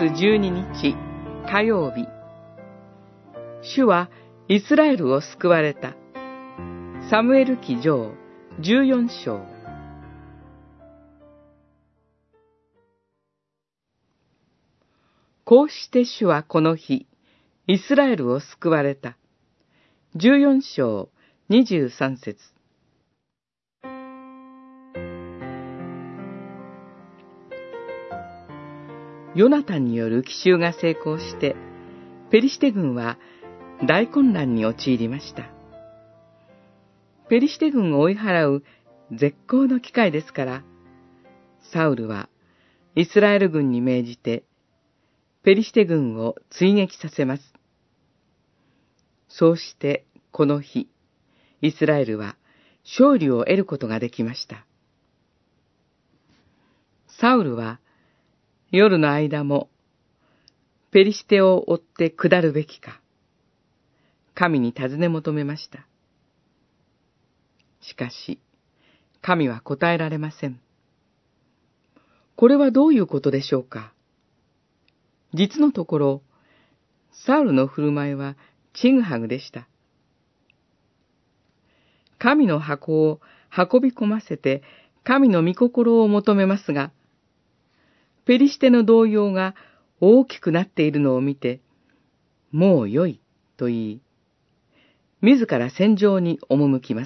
12日火曜日、主はイスラエルを救われた。サムエル記上14章。こうして主はこの日、イスラエルを救われた。14章23節。ヨナタンによる奇襲が成功して、ペリシテ軍は大混乱に陥りました。ペリシテ軍を追い払う絶好の機会ですから、サウルはイスラエル軍に命じて、ペリシテ軍を追撃させます。そうしてこの日、イスラエルは勝利を得ることができました。サウルは夜の間もペリシテを追って下るべきか、神に尋ね求めました。しかし、神は答えられません。これはどういうことでしょうか。実のところ、サウルの振る舞いはちぐはぐでした。神の箱を運び込ませて神の御心を求めますが、ペリシテの動揺が大きくなっているのを見て、もうよいと言い、自ら戦場に赴きます。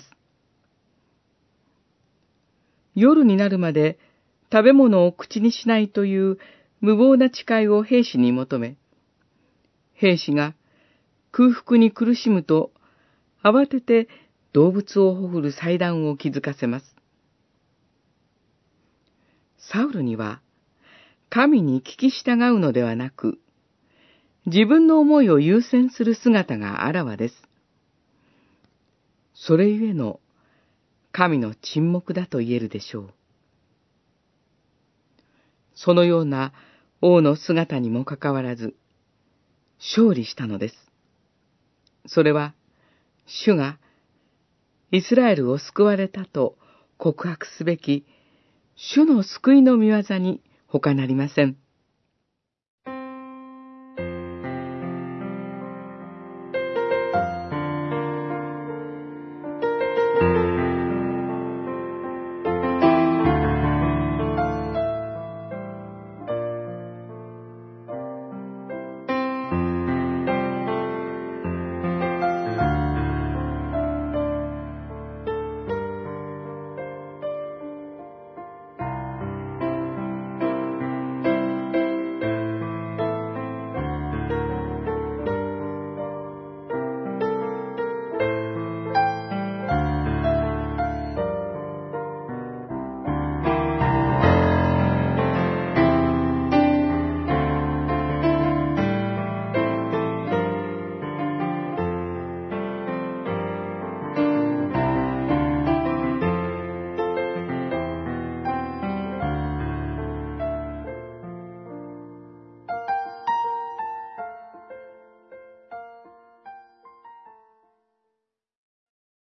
夜になるまで食べ物を口にしないという無謀な誓いを兵士に求め、兵士が空腹に苦しむと慌てて動物をほふる祭壇を築かせます。サウルには神に聞き従うのではなく、自分の思いを優先する姿があらわです。それゆえの神の沈黙だと言えるでしょう。そのような王の姿にもかかわらず、勝利したのです。それは、主がイスラエルを救われたと告白すべき主の救いの御業に他なりません。